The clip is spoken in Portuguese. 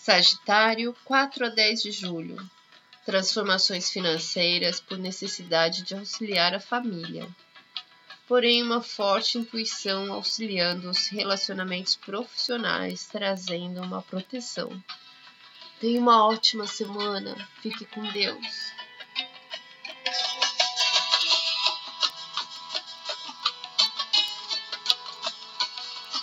Sagitário, 4 a 10 de julho. Transformações financeiras por necessidade de auxiliar a família. Porém, uma forte intuição auxiliando os relacionamentos profissionais, trazendo uma proteção. Tenha uma ótima semana. Fique com Deus.